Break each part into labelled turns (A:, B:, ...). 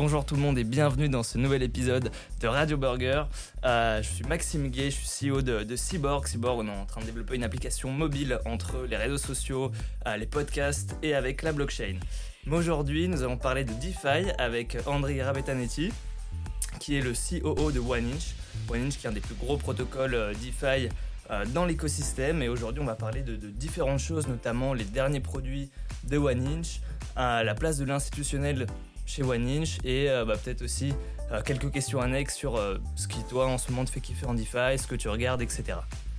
A: Bonjour tout le monde et bienvenue dans ce nouvel épisode de Radio Burger. Je suis Maxime Gay, je suis CEO de Cyborg. Cyborg, on est en train de développer une application mobile entre les réseaux sociaux, les podcasts et avec la blockchain. Mais aujourd'hui, nous allons parler de DeFi avec Andri Rabetanetti, qui est le COO de OneInch. OneInch qui est un des plus gros protocoles DeFi dans l'écosystème. Et aujourd'hui, on va parler de différentes choses, notamment les derniers produits de OneInch, la place de l'institutionnel chez OneInch et peut-être aussi quelques questions annexes sur ce qui toi en ce moment te fait kiffer en DeFi, ce que tu regardes, etc.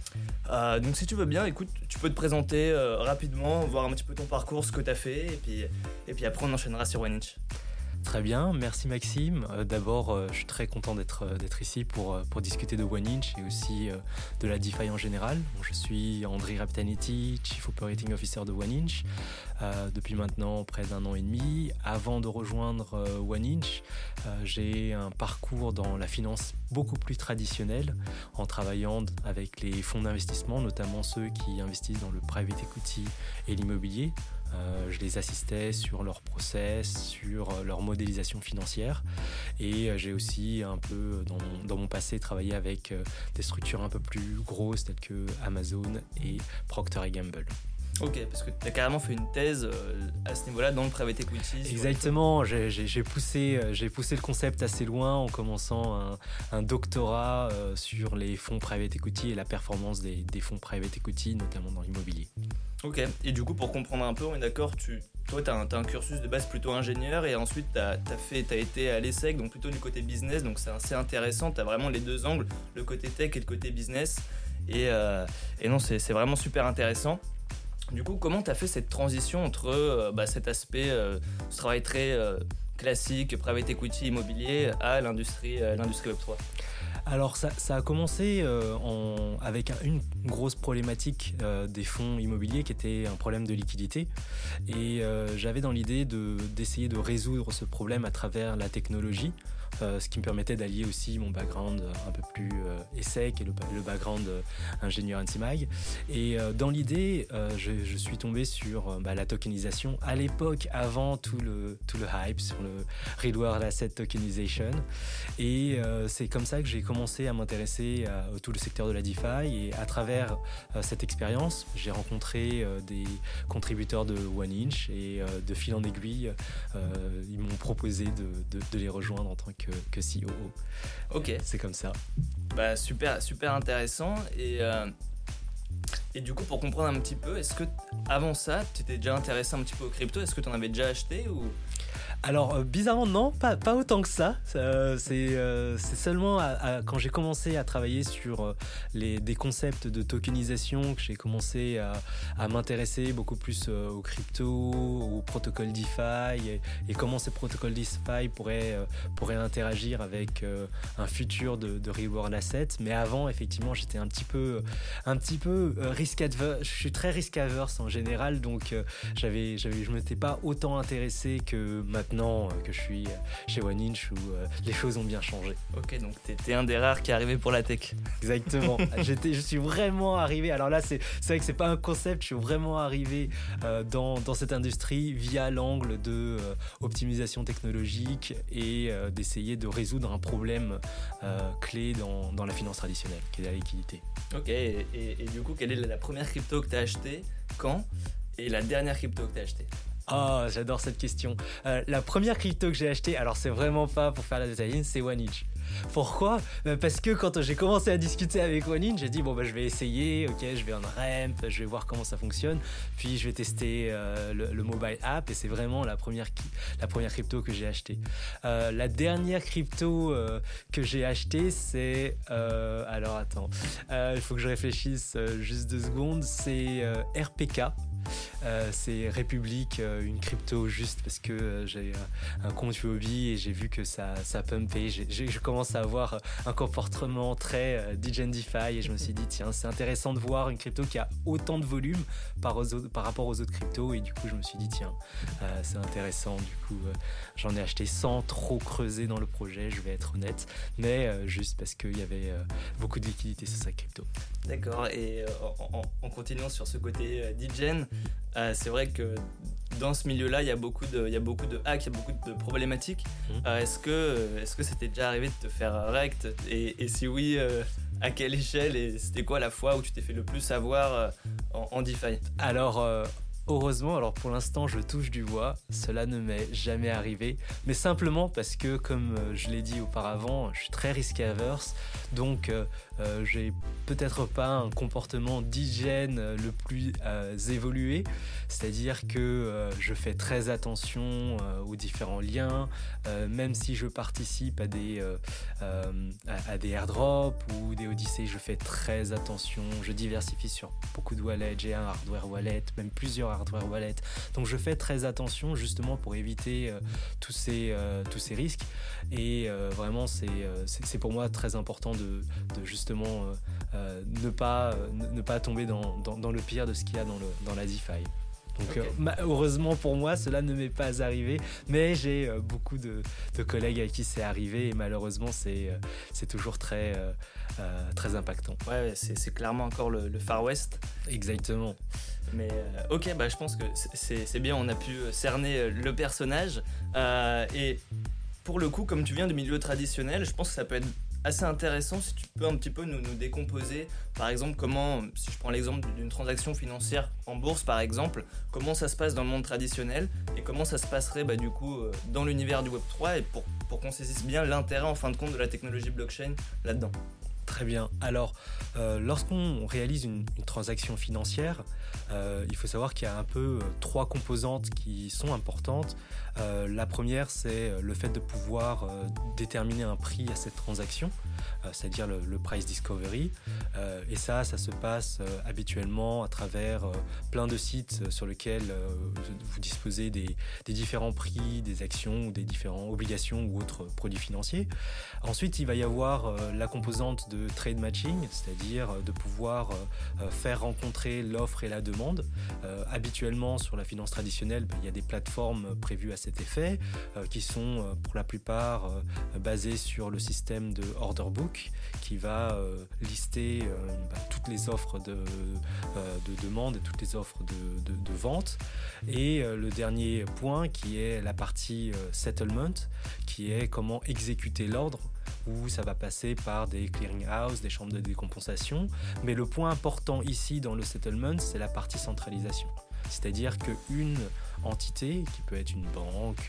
A: Donc si tu veux bien, écoute, tu peux te présenter rapidement, voir un petit peu ton parcours, ce que tu as fait et puis après on enchaînera sur OneInch.
B: Très bien, merci Maxime. D'abord, je suis très content d'être ici pour discuter de OneInch et aussi de la DeFi en général. Je suis Andri Rabetanetti, Chief Operating Officer de OneInch, depuis maintenant près d'1 an et demi. Avant de rejoindre OneInch, j'ai un parcours dans la finance beaucoup plus traditionnel, en travaillant avec les fonds d'investissement, notamment ceux qui investissent dans le private equity et l'immobilier. Je les assistais sur leur process, sur leur modélisation financière et j'ai aussi un peu dans mon passé travaillé avec des structures un peu plus grosses telles que Amazon et Procter & Gamble.
A: Ok, parce que tu as carrément fait une thèse à ce niveau-là dans le private equity.
B: Exactement, j'ai poussé le concept assez loin en commençant un doctorat sur les fonds private equity et la performance des fonds private equity, notamment dans l'immobilier.
A: Ok, et du coup pour comprendre un peu, on est d'accord, toi tu as un cursus de base plutôt ingénieur et ensuite tu as été à l'ESSEC, donc plutôt du côté business, donc c'est assez intéressant, tu as vraiment les deux angles, le côté tech et le côté business, et non, c'est vraiment super intéressant. Du coup, comment tu as fait cette transition entre cet aspect, ce travail très classique, private equity, immobilier, à l'industrie Web3 ?
B: Alors ça a commencé avec une grosse problématique des fonds immobiliers qui était un problème de liquidité et j'avais dans l'idée d'essayer de résoudre ce problème à travers la technologie, ce qui me permettait d'allier aussi mon background un peu plus ESSEC et le background ingénieur anti-mag. Et dans l'idée, je suis tombé sur la tokenisation à l'époque, avant tout le hype sur le Real World Asset Tokenization. Et c'est comme ça que j'ai commencé à m'intéresser à tout le secteur de la DeFi. Et à travers cette expérience, j'ai rencontré des contributeurs de OneInch et de fil en aiguille, ils m'ont proposé de les rejoindre en tant que COO.
A: Ok.
B: C'est comme ça.
A: Super intéressant. Et du coup, pour comprendre un petit peu, est-ce que avant ça, tu t'es déjà intéressé un petit peu aux crypto ? Est-ce que tu en avais déjà acheté ou...
B: Alors bizarrement non, pas autant que ça. C'est seulement quand j'ai commencé à travailler sur des concepts de tokenisation que j'ai commencé à m'intéresser beaucoup plus aux cryptos, aux protocoles DeFi et comment ces protocoles DeFi pourraient interagir avec un futur de Real World Asset. Mais avant, effectivement, j'étais un petit peu risk averse. Je suis très risk averse en général, donc je m'étais pas autant intéressé que maintenant que je suis chez OneInch où les choses ont bien changé.
A: Ok, donc t'es un des rares qui est arrivé pour la tech.
B: Exactement. Je suis vraiment arrivé. Alors là, c'est vrai que c'est pas un concept. Je suis vraiment arrivé dans cette industrie via l'angle de optimisation technologique et d'essayer de résoudre un problème clé dans la finance traditionnelle, qui est la liquidité.
A: Ok, et du coup, quelle est la première crypto que t'as achetée, quand, et la dernière crypto que t'as achetée ?
B: Oh, j'adore cette question. La première crypto que j'ai achetée, alors c'est vraiment pas pour faire la détailline, c'est OneInch. Pourquoi ? Parce que quand j'ai commencé à discuter avec OneInch, j'ai dit je vais essayer, ok, je vais en ramp, je vais voir comment ça fonctionne, puis je vais tester le mobile app et c'est vraiment la première crypto que j'ai achetée. La dernière crypto que j'ai achetée, c'est alors attends, il faut que je réfléchisse juste 2 secondes, c'est RPK. C'est République, une crypto juste parce que j'ai un compte Huobi et j'ai vu que ça pumpait. Je commence à avoir un comportement très DGen DeFi et je me suis dit tiens, c'est intéressant de voir une crypto qui a autant de volume par rapport aux autres cryptos et du coup je me suis dit tiens, c'est intéressant. Du coup j'en ai acheté sans trop creuser dans le projet, je vais être honnête, mais juste parce qu'il y avait beaucoup de liquidité sur cette crypto.
A: D'accord, et en continuant sur ce côté DGen, c'est vrai que dans ce milieu-là, il y a beaucoup de hacks, il y a beaucoup de problématiques. Est-ce que c'était déjà arrivé de te faire rect et si oui, à quelle échelle et c'était quoi la fois où tu t'es fait le plus avoir en DeFi?
B: Alors, heureusement, alors pour l'instant, je touche du bois, cela ne m'est jamais arrivé, mais simplement parce que, comme je l'ai dit auparavant, je suis très risk-averse, donc j'ai peut-être pas un comportement d'hygiène le plus évolué, c'est-à-dire que je fais très attention aux différents liens, même si je participe à des airdrops ou des Odyssées, je fais très attention, je diversifie sur beaucoup de wallets, j'ai un hardware wallet, même plusieurs hardware wallets, donc je fais très attention justement pour éviter tous ces risques et vraiment c'est pour moi très important de justement ne pas tomber dans le pire de ce qu'il y a dans la DeFi. Donc
A: okay.
B: Heureusement pour moi, cela ne m'est pas arrivé, mais j'ai beaucoup de collègues à qui c'est arrivé et malheureusement c'est toujours très impactant.
A: Ouais, c'est clairement encore le Far West.
B: Exactement.
A: Mais ok, je pense que c'est bien, on a pu cerner le personnage. Et pour le coup, comme tu viens du milieu traditionnel, je pense que ça peut être assez intéressant si tu peux un petit peu nous décomposer, par exemple, comment, si je prends l'exemple d'une transaction financière en bourse par exemple, comment ça se passe dans le monde traditionnel et comment ça se passerait du coup dans l'univers du Web3 et pour qu'on saisisse bien l'intérêt en fin de compte de la technologie blockchain là-dedans.
B: Très bien. Alors, lorsqu'on réalise une transaction financière, il faut savoir qu'il y a un peu 3 composantes qui sont importantes. La première, c'est le fait de pouvoir déterminer un prix à cette transaction, c'est-à-dire le price discovery. Et ça se passe habituellement à travers plein de sites sur lesquels vous disposez des différents prix, des actions ou des différentes obligations ou autres produits financiers. Ensuite, il va y avoir la composante de trade matching, c'est-à-dire de pouvoir faire rencontrer l'offre et la demande. Habituellement, sur la finance traditionnelle, il y a des plateformes prévues à cet effet qui sont pour la plupart basées sur le système de order book qui va lister toutes les offres de demande et toutes les offres de vente. Et le dernier point qui est la partie settlement, qui est comment exécuter l'ordre, où ça va passer par des clearing house, des chambres de décompensation. Mais le point important ici dans le settlement, c'est la partie centralisation. C'est-à-dire qu'une entité, qui peut être une banque,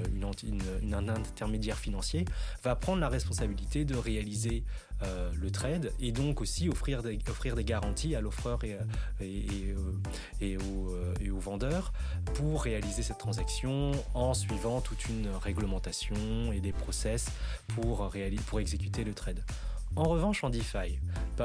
B: un intermédiaire financier, va prendre la responsabilité de réaliser le trade et donc aussi offrir des garanties à l'offreur et aux vendeurs pour réaliser cette transaction en suivant toute une réglementation et des process pour exécuter le trade. En revanche, en DeFi,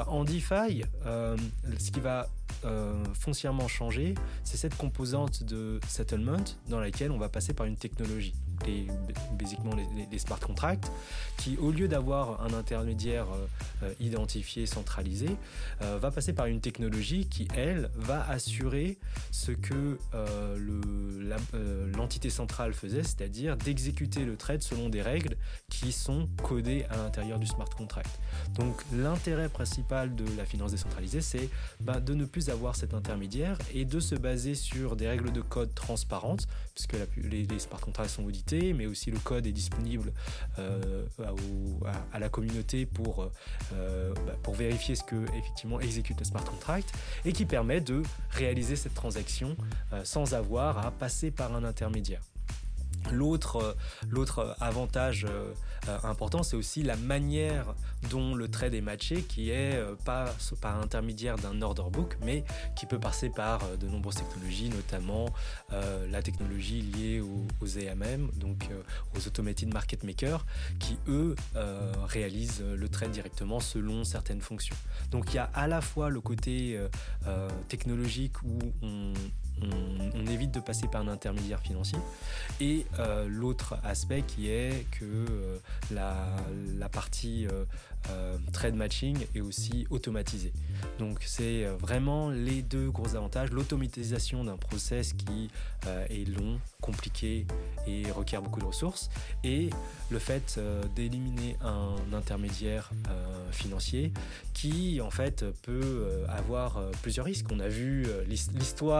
B: ce qui va foncièrement changer, c'est cette composante de settlement dans laquelle on va passer par une technologie. Basiquement les smart contracts, qui au lieu d'avoir un intermédiaire identifié, centralisé, va passer par une technologie qui, elle, va assurer ce que l'entité centrale faisait, c'est-à-dire d'exécuter le trade selon des règles qui sont codées à l'intérieur du smart contract. Donc l'intérêt principal de la finance décentralisée, c'est de ne plus avoir cet intermédiaire et de se baser sur des règles de code transparentes, puisque les smart contracts sont audités, mais aussi le code est disponible à la communauté pour vérifier ce que effectivement exécute le smart contract et qui permet de réaliser cette transaction sans avoir à passer par un intermédiaire. L'autre avantage important, c'est aussi la manière dont le trade est matché, qui est pas par intermédiaire d'un order book, mais qui peut passer par de nombreuses technologies, notamment la technologie liée aux AMM, donc aux Automated Market Makers, qui eux réalisent le trade directement selon certaines fonctions. Donc il y a à la fois le côté technologique où on évite de passer par un intermédiaire financier et l'autre aspect qui est que la partie trade matching est aussi automatisée. Donc c'est vraiment les deux gros avantages: l'automatisation d'un process qui est long, compliqué et requiert beaucoup de ressources, et le fait d'éliminer un intermédiaire financier qui en fait peut avoir plusieurs risques. On a vu l'histoire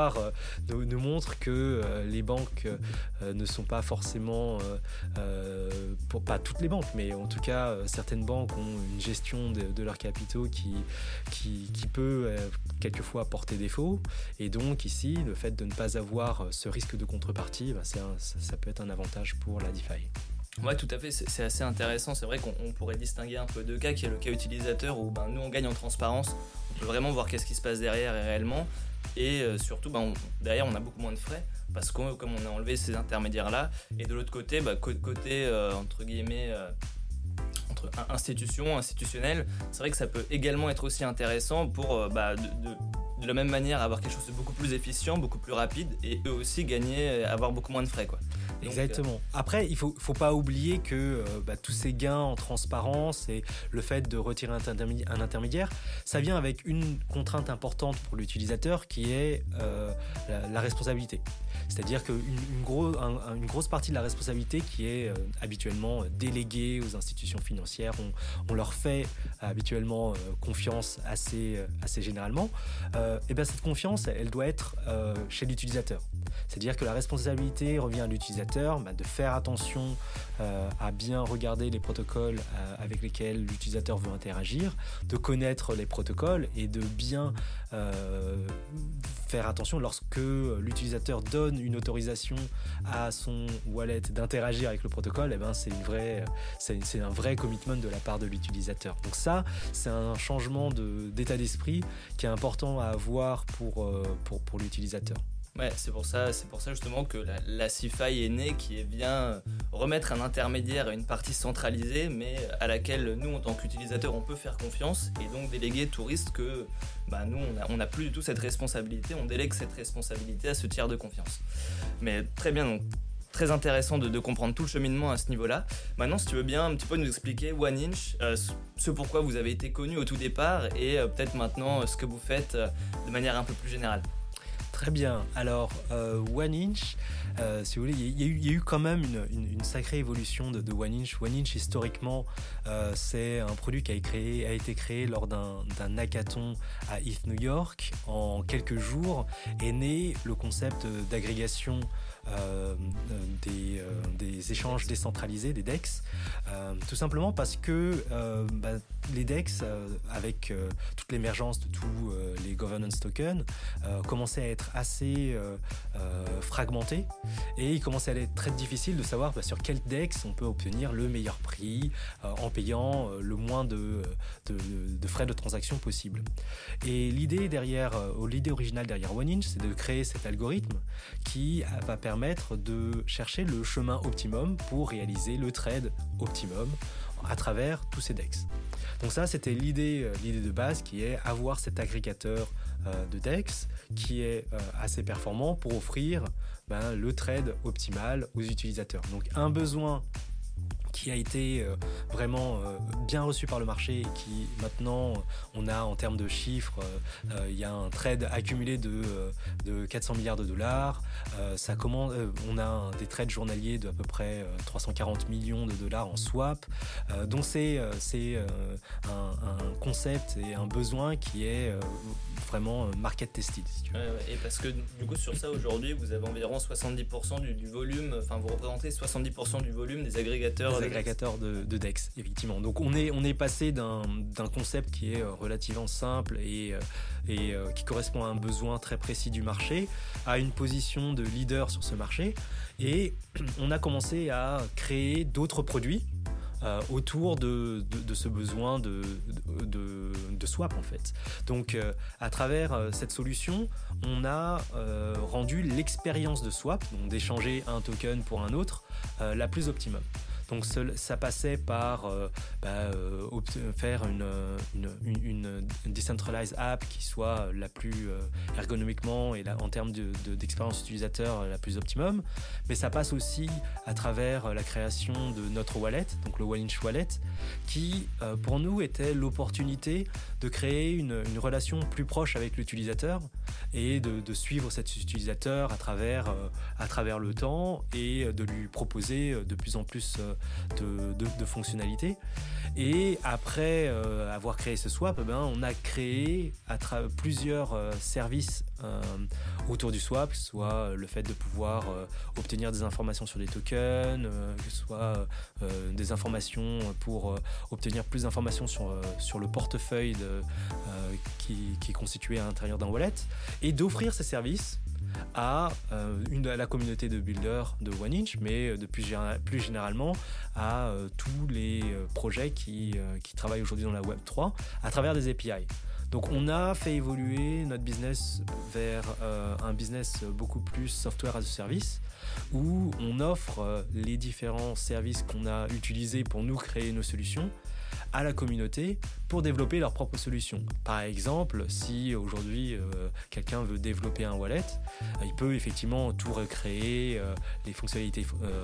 B: nous montre que les banques ne sont pas forcément, pas toutes les banques, mais en tout cas certaines banques ont une gestion de leurs capitaux qui peut quelquefois porter défaut, et donc ici le fait de ne pas avoir ce risque de contrepartie, ça peut être un avantage pour la DeFi.
A: Ouais, tout à fait, c'est assez intéressant. C'est vrai qu'on pourrait distinguer un peu deux cas, qui est le cas utilisateur où nous on gagne en transparence, on peut vraiment voir qu'est-ce qui se passe derrière et réellement, et surtout derrière on a beaucoup moins de frais parce que comme on a enlevé ces intermédiaires là, et de l'autre côté, côté entre guillemets entre institutionnel, c'est vrai que ça peut également être aussi intéressant pour de la même manière avoir quelque chose de beaucoup plus efficient, beaucoup plus rapide, et eux aussi gagner, avoir beaucoup moins de frais, quoi. Donc,
B: exactement. Après, il faut pas oublier que tous ces gains en transparence et le fait de retirer un intermédiaire, ça vient avec une contrainte importante pour l'utilisateur qui est la responsabilité. C'est-à-dire qu'une grosse partie de la responsabilité qui est habituellement déléguée aux institutions financières, on leur fait habituellement confiance assez généralement, et cette confiance, elle doit être chez l'utilisateur. C'est-à-dire que la responsabilité revient à l'utilisateur de faire attention à bien regarder les protocoles avec lesquels l'utilisateur veut interagir, de connaître les protocoles et de bien faire attention lorsque l'utilisateur donne une autorisation à son wallet d'interagir avec le protocole, c'est un vrai commitment de la part de l'utilisateur. Donc ça, c'est un changement d'état d'esprit qui est important à avoir pour l'utilisateur.
A: Ouais, c'est pour ça justement que la CeFi est née, qui est bien remettre un intermédiaire à une partie centralisée, mais à laquelle nous, en tant qu'utilisateurs, on peut faire confiance, et donc déléguer tout risque que nous, on n'a plus du tout cette responsabilité, on délègue cette responsabilité à ce tiers de confiance. Mais très bien, donc très intéressant de comprendre tout le cheminement à ce niveau-là. Maintenant, si tu veux bien un petit peu nous expliquer OneInch, ce pourquoi vous avez été connu au tout départ, et peut-être maintenant ce que vous faites de manière un peu plus générale.
B: Très bien. Alors, OneInch, si vous voulez, il y a eu quand même une sacrée évolution de OneInch. OneInch, historiquement, c'est un produit qui a été créé lors d'un hackathon à ETH New York. En quelques jours est né le concept d'agrégation des échanges décentralisés, des DEX, tout simplement parce que les DEX, avec toute l'émergence de tous les governance tokens, commençaient à être assez fragmentés, et il commençait à être très difficile de savoir sur quel DEX on peut obtenir le meilleur prix en payant le moins de frais de transaction possible. Et l'idée originale derrière OneInch, c'est de créer cet algorithme qui va permettre de chercher le chemin optimum pour réaliser le trade optimum à travers tous ces DEX. Donc ça, c'était l'idée de base, qui est avoir cet agrégateur de DEX qui est assez performant pour offrir le trade optimal aux utilisateurs. Donc un besoin qui a été vraiment bien reçu par le marché, et qui maintenant on a en termes de chiffres, il y a un trade accumulé de 400 milliards de dollars, on a des trades journaliers de à peu près 340 millions de dollars en swap, donc c'est un concept et un besoin qui est vraiment market tested, si tu veux.
A: Et parce que du coup sur ça aujourd'hui vous avez environ 70% du volume, enfin vous représentez 70% du volume des agrégateurs
B: de DEX, effectivement. Donc on est passé d'un concept qui est relativement simple et qui correspond à un besoin très précis du marché à une position de leader sur ce marché, et on a commencé à créer d'autres produits autour de ce besoin de swap, en fait. Donc à travers cette solution, on a rendu l'expérience de swap, donc d'échanger un token pour un autre, la plus optimum. Donc ça passait par faire une decentralized app qui soit la plus ergonomiquement et en termes d'expérience utilisateur la plus optimum, mais ça passe aussi à travers la création de notre wallet, donc le OneInch Wallet, qui pour nous était l'opportunité de créer une relation plus proche avec l'utilisateur et de suivre cet utilisateur à travers le temps, et de lui proposer de plus en plus de fonctionnalités. Et après avoir créé ce swap, on a créé plusieurs services autour du swap, que ce soit le fait de pouvoir obtenir des informations sur des tokens, que ce soit des informations pour obtenir plus d'informations sur le portefeuille qui est constitué à l'intérieur d'un wallet, et d'offrir ces services à la communauté de builders de OneInch, mais plus généralement à tous les projets qui travaillent aujourd'hui dans la Web3 à travers des API. Donc on a fait évoluer notre business vers un business beaucoup plus software as a service, où on offre les différents services qu'on a utilisés pour nous créer nos solutions à la communauté pour développer leurs propres solutions. Par exemple, si aujourd'hui quelqu'un veut développer un wallet, il peut effectivement tout recréer, les fonctionnalités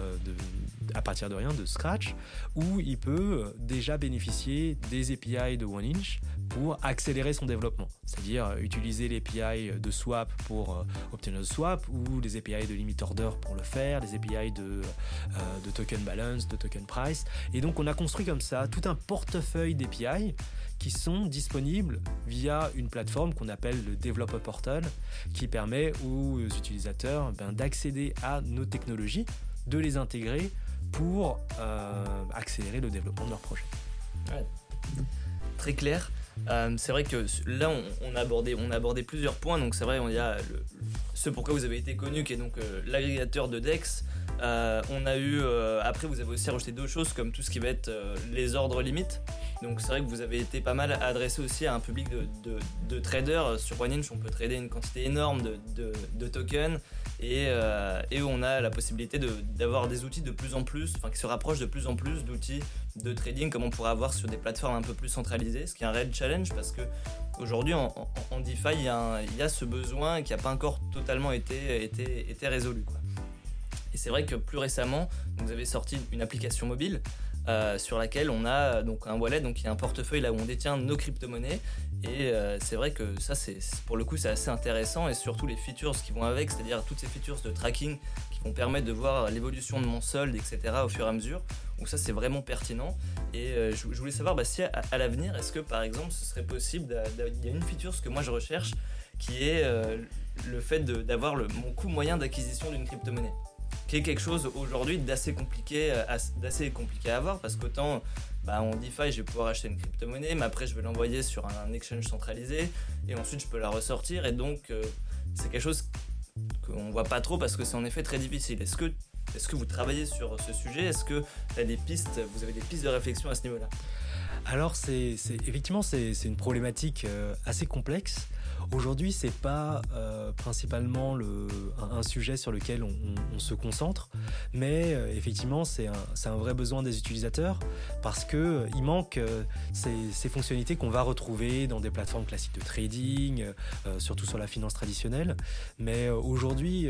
B: à partir de rien, de scratch, ou il peut déjà bénéficier des API de OneInch pour accélérer son développement. C'est-à-dire utiliser les API de swap pour obtenir le swap, ou les API de limit order pour le faire, les API de token balance, de token price. Et donc on a construit comme ça tout un portefeuille d'API qui sont disponibles via une plateforme qu'on appelle le Developer Portal, qui permet aux utilisateurs d'accéder à nos technologies, de les intégrer pour accélérer le développement de leur projet.
A: Ouais. Très clair. C'est vrai que là on a abordé plusieurs points, donc c'est vrai il y a ce pourquoi vous avez été connu, qui est donc l'agrégateur de DEX. On a eu après vous avez aussi rajouté d'autres choses comme tout ce qui va être les ordres limites. Donc c'est vrai que vous avez été pas mal adressé aussi à un public de traders. Sur OneInch on peut trader une quantité énorme de tokens, et on a la possibilité d'avoir des outils de plus en plus, enfin qui se rapprochent de plus en plus d'outils de trading comme on pourrait avoir sur des plateformes un peu plus centralisées, ce qui est un réel challenge parce que aujourd'hui en DeFi il y a ce besoin qui n'a pas encore totalement été résolu, quoi. Et c'est vrai que plus récemment vous avez sorti une application mobile sur laquelle on a donc un wallet, donc il y a un portefeuille là où on détient nos crypto-monnaies, et c'est vrai que ça pour le coup c'est assez intéressant, et surtout les features qui vont avec, c'est-à-dire toutes ces features de tracking qui vont permettre de voir l'évolution de mon solde, etc. au fur et à mesure. Donc ça c'est vraiment pertinent, et je voulais savoir si à l'avenir est-ce que par exemple ce serait possible il y a une feature que moi je recherche qui est le fait d'avoir mon coût moyen d'acquisition d'une crypto-monnaie, qui est quelque chose aujourd'hui d'assez compliqué à avoir, parce qu'autant en DeFi je vais pouvoir acheter une crypto-monnaie, mais après je vais l'envoyer sur un exchange centralisé et ensuite je peux la ressortir, et donc c'est quelque chose qu'on voit pas trop parce que c'est en effet très difficile. Est-ce que vous travaillez sur ce sujet? Est-ce que vous avez des pistes de réflexion à ce niveau-là?
B: Alors effectivement c'est une problématique assez complexe. Aujourd'hui, c'est pas principalement un sujet sur lequel on se concentre, mais effectivement, c'est un vrai besoin des utilisateurs, parce que il manque ces fonctionnalités qu'on va retrouver dans des plateformes classiques de trading, surtout sur la finance traditionnelle. Mais aujourd'hui,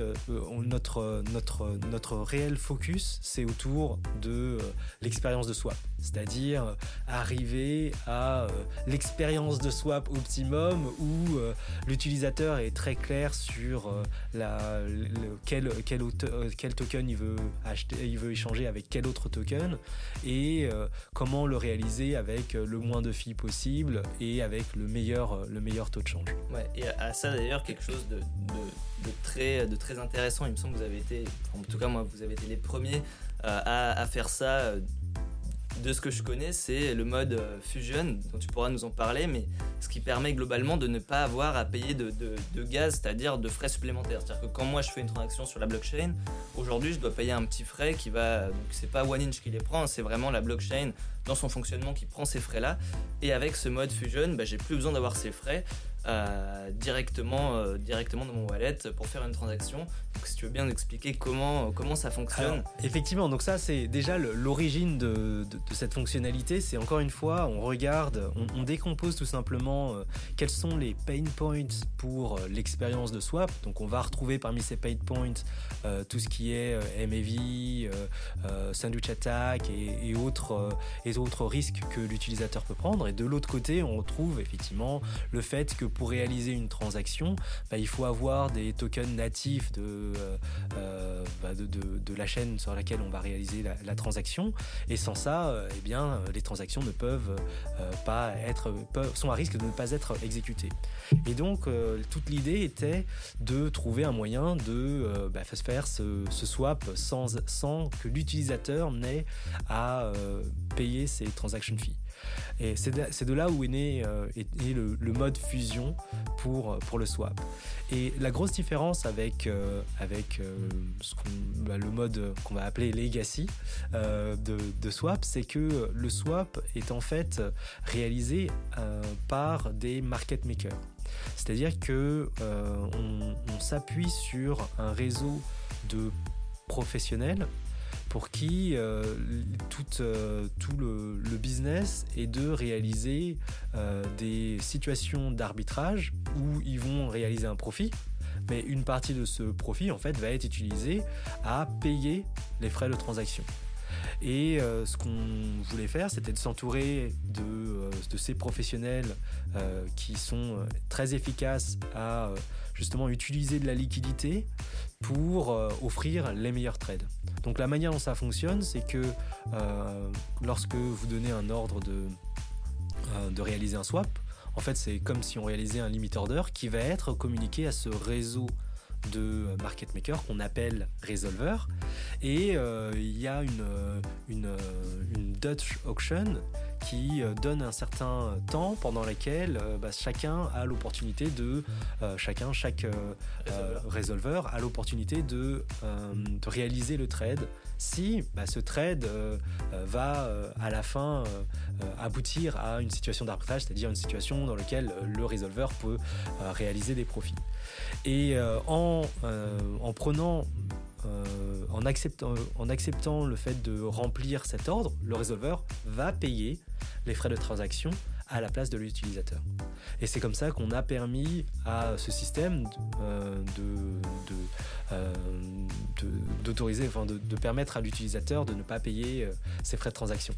B: notre réel focus, c'est autour de l'expérience de swap, c'est-à-dire arriver à l'expérience de swap optimum où l'utilisateur est très clair sur quel token il veut échanger avec quel autre token, et comment le réaliser avec le moins de fees possible et avec le meilleur taux de change.
A: Ouais, et à ça d'ailleurs quelque chose de très intéressant, il me semble que vous avez été, en tout cas moi vous avez été les premiers à faire ça. De ce que je connais, c'est le mode Fusion, dont tu pourras nous en parler, mais ce qui permet globalement de ne pas avoir à payer de gaz, c'est-à-dire de frais supplémentaires. C'est-à-dire que quand moi je fais une transaction sur la blockchain, aujourd'hui je dois payer un petit frais qui va, donc c'est pas OneInch qui les prend, c'est vraiment la blockchain dans son fonctionnement qui prend ces frais-là. Et avec ce mode Fusion, j'ai plus besoin d'avoir ces frais directement dans mon wallet pour faire une transaction. Donc si tu veux bien nous expliquer comment ça fonctionne.
B: Alors, effectivement, donc ça c'est déjà l'origine de cette fonctionnalité. C'est encore une fois, on regarde, on décompose tout simplement quels sont les pain points pour l'expérience de swap. Donc on va retrouver parmi ces pain points tout ce qui est MAV, sandwich attack et autres les autres risques que l'utilisateur peut prendre. Et de l'autre côté, on retrouve effectivement le fait que pour réaliser une transaction, il faut avoir des tokens natifs de la chaîne sur laquelle on va réaliser la transaction. Et sans ça, les transactions ne sont à risque de ne pas être exécutées. Et donc, toute l'idée était de trouver un moyen de faire ce swap sans que l'utilisateur n'ait à payer ses transaction fees. Et c'est de là où est né le mode fusion pour le swap. Et la grosse différence avec le mode qu'on va appeler legacy de swap, c'est que le swap est en fait réalisé par des market makers. C'est-à-dire que on s'appuie sur un réseau de professionnels pour qui tout le business est de réaliser des situations d'arbitrage où ils vont réaliser un profit, mais une partie de ce profit en fait va être utilisée à payer les frais de transaction. Et ce qu'on voulait faire, c'était de s'entourer de ces professionnels qui sont très efficaces à justement utiliser de la liquidité pour offrir les meilleurs trades. Donc la manière dont ça fonctionne, c'est que lorsque vous donnez un ordre de réaliser un swap, en fait c'est comme si on réalisait un limit order qui va être communiqué à ce réseau de market maker qu'on appelle resolver, et il y a une Dutch auction qui donne un certain temps pendant lequel chacun a l'opportunité chaque resolver a l'opportunité de réaliser le trade si ce trade va à la fin aboutir à une situation d'arbitrage, c'est-à-dire une situation dans laquelle le resolver peut réaliser des profits. Et en acceptant le fait de remplir cet ordre, le resolver va payer les frais de transaction à la place de l'utilisateur. Et c'est comme ça qu'on a permis à ce système de permettre à l'utilisateur de ne pas payer ses frais de transaction.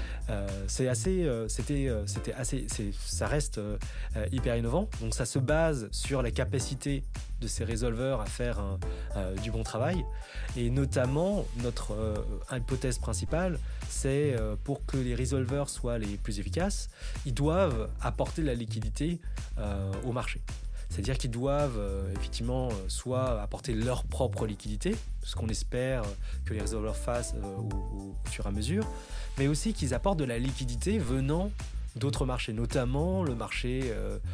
B: Ça reste hyper innovant. Donc ça se base sur la capacité de ces resolvers à faire du bon travail. Et notamment, notre hypothèse principale, c'est pour que les resolvers soient les plus efficaces, ils doivent apporter de la liquidité au marché. C'est-à-dire qu'ils doivent effectivement soit apporter leur propre liquidité, ce qu'on espère que les resolvers fassent au fur et à mesure, mais aussi qu'ils apportent de la liquidité venant d'autres marchés, notamment le marché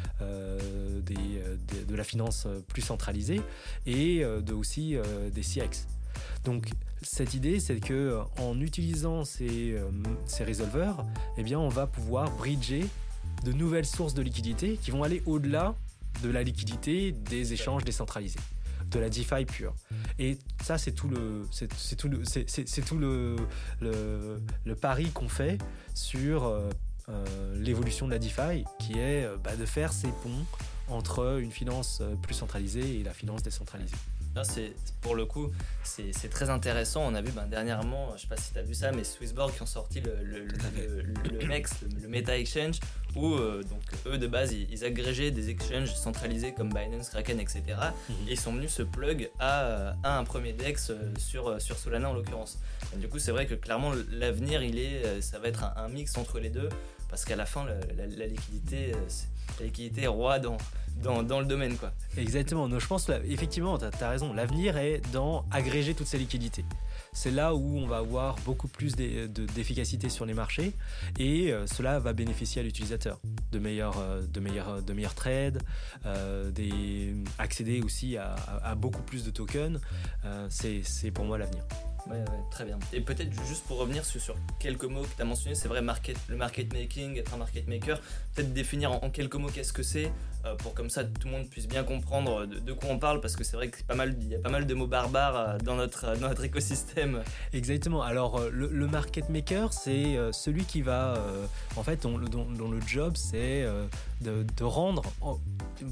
B: de la finance plus centralisée et aussi des CX. Donc cette idée, c'est que en utilisant ces resolvers, on va pouvoir bridger de nouvelles sources de liquidité qui vont aller au-delà de la liquidité des échanges décentralisés, de la DeFi pure. Et ça, c'est tout le pari qu'on fait sur l'évolution de la DeFi, qui est de faire ces ponts entre une finance plus centralisée et la finance décentralisée.
A: Là, pour le coup, c'est très intéressant. On a vu dernièrement, je ne sais pas si tu as vu ça, mais Swissborg qui ont sorti le MEX, le Meta Exchange, où donc, eux de base ils agrégeaient des exchanges centralisés comme Binance, Kraken, etc. Et ils sont venus se plug à un premier DEX sur Solana en l'occurrence. Et du coup, c'est vrai que clairement l'avenir, ça va être un mix entre les deux, parce qu'à la fin, la liquidité est roi dans le domaine, quoi.
B: Exactement. Donc, je pense effectivement, tu as raison. L'avenir est dans agréger toutes ces liquidités. C'est là où on va avoir beaucoup plus d'efficacité sur les marchés, et cela va bénéficier à l'utilisateur de meilleurs trades, accéder aussi à beaucoup plus de tokens. C'est pour moi l'avenir.
A: Ouais, très bien. Et peut-être juste pour revenir sur quelques mots que tu as mentionnés, c'est vrai, le market making, être un market maker, peut-être définir en quelques mots qu'est-ce que c'est, pour comme ça tout le monde puisse bien comprendre de quoi on parle, parce que c'est vrai qu'il y a pas mal de mots barbares dans notre écosystème.
B: Exactement. Alors le market maker, c'est celui qui va, en fait, dont le job c'est de rendre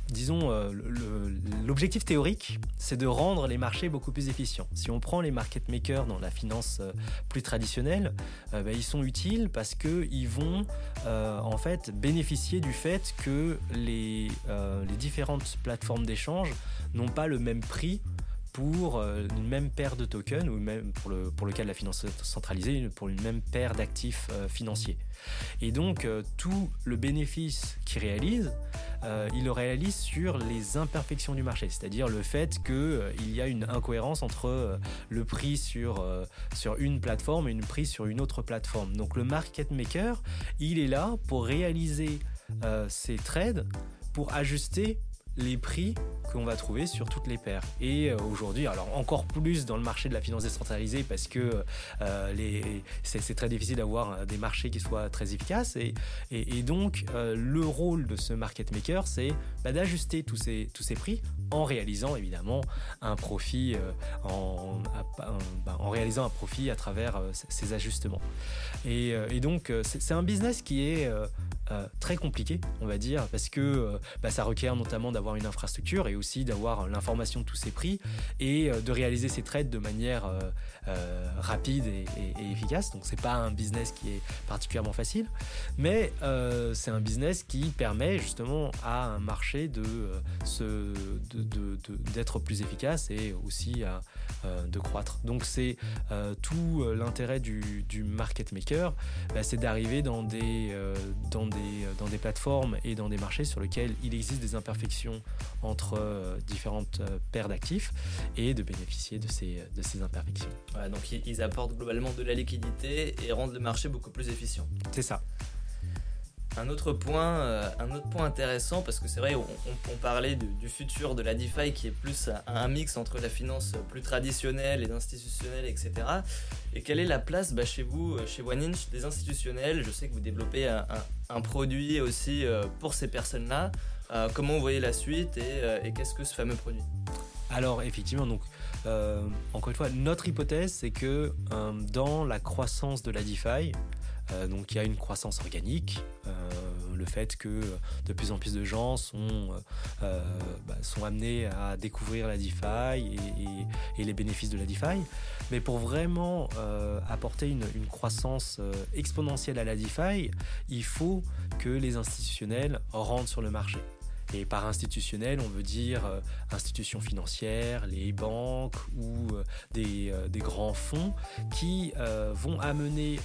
B: disons, l'objectif théorique, c'est de rendre les marchés beaucoup plus efficients. Si on prend les market makers dans la finance plus traditionnelle, ils sont utiles parce qu'ils vont en fait bénéficier du fait que les différentes plateformes d'échange n'ont pas le même prix pour une même paire de tokens ou même pour le cas de la finance centralisée, pour une même paire d'actifs financiers. Et donc, tout le bénéfice qu'ils réalisent, ils le réalisent sur les imperfections du marché, c'est-à-dire le fait qu'il y a une incohérence entre le prix sur une plateforme et le prix sur une autre plateforme. Donc, le market maker, il est là pour réaliser ces trades, pour ajuster les prix qu'on va trouver sur toutes les paires. Et aujourd'hui, alors encore plus dans le marché de la finance décentralisée parce que c'est très difficile d'avoir des marchés qui soient très efficaces et donc le rôle de ce market maker, c'est d'ajuster tous ces prix en réalisant évidemment un profit en réalisant un profit à travers ces ajustements. Et donc c'est un business qui est très compliqué, on va dire, parce que ça requiert notamment d'avoir une infrastructure et aussi d'avoir l'information de tous ces prix et de réaliser ces trades de manière rapide et efficace. Donc c'est pas un business qui est particulièrement facile, mais c'est un business qui permet justement à un marché d'être plus efficace et aussi de croître. Donc c'est tout l'intérêt du market maker, c'est d'arriver dans des plateformes et dans des marchés sur lesquels il existe des imperfections entre différentes paires d'actifs et de bénéficier de ces imperfections.
A: Ouais, donc ils apportent globalement de la liquidité et rendent le marché beaucoup plus efficient.
B: C'est ça.
A: Un autre point intéressant, parce que c'est vrai, on parlait du futur de la DeFi qui est plus un mix entre la finance plus traditionnelle et institutionnelle, etc. Et quelle est la place chez vous, chez OneInch, des institutionnels? Je sais que vous développez un produit aussi pour ces personnes-là. Comment vous voyez la suite et qu'est-ce que ce fameux produit?
B: Alors effectivement, donc, encore une fois, notre hypothèse, c'est que dans la croissance de la DeFi, donc il y a une croissance organique, le fait que de plus en plus de gens sont amenés à découvrir la DeFi et les bénéfices de la DeFi. Mais pour vraiment apporter une croissance exponentielle à la DeFi, il faut que les institutionnels rentrent sur le marché. Et par institutionnel, on veut dire institutions financières, les banques ou des grands fonds qui vont amener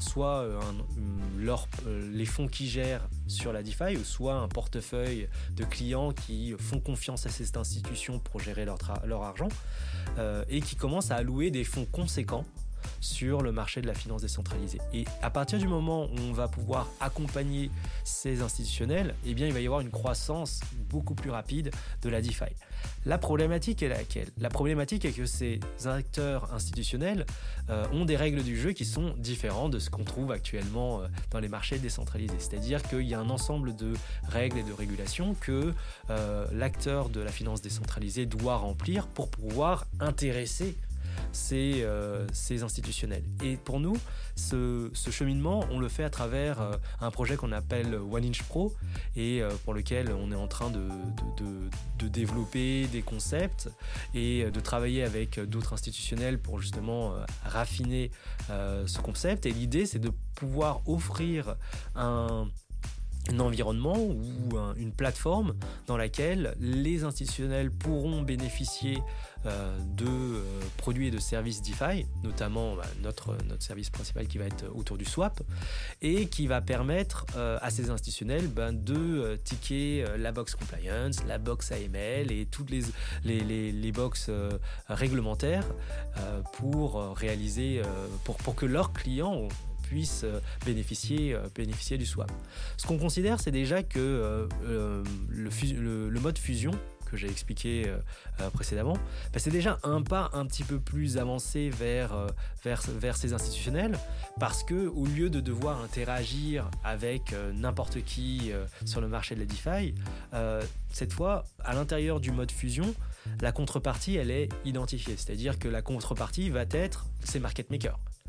B: les fonds qui gèrent sur la DeFi, ou soit un portefeuille de clients qui font confiance à ces institutions pour gérer leur argent et qui commencent à allouer des fonds conséquents sur le marché de la finance décentralisée. Et à partir du moment où on va pouvoir accompagner ces institutionnels, il va y avoir une croissance beaucoup plus rapide de la DeFi. La problématique est laquelle? La problématique est que ces acteurs institutionnels ont des règles du jeu qui sont différentes de ce qu'on trouve actuellement dans les marchés décentralisés. C'est-à-dire qu'il y a un ensemble de règles et de régulations que l'acteur de la finance décentralisée doit remplir pour pouvoir intéresser ces institutionnels. Et pour nous, ce cheminement, on le fait à travers un projet qu'on appelle OneInch Pro et pour lequel on est en train de développer des concepts et de travailler avec d'autres institutionnels pour justement raffiner ce concept. Et l'idée, c'est de pouvoir offrir un environnement ou une plateforme dans laquelle les institutionnels pourront bénéficier de produits et de services DeFi, notamment notre service principal qui va être autour du swap et qui va permettre à ces institutionnels de ticker la box compliance, la box AML et toutes les box réglementaires pour réaliser, pour que leurs clients puissent bénéficier du swap. Ce qu'on considère, c'est déjà que le mode fusion que j'ai expliqué précédemment, c'est déjà un pas un petit peu plus avancé vers ces institutionnels, parce que au lieu de devoir interagir avec n'importe qui sur le marché de la DeFi, cette fois, à l'intérieur du mode fusion, la contrepartie, elle est identifiée. C'est-à-dire que la contrepartie va être ces market makers.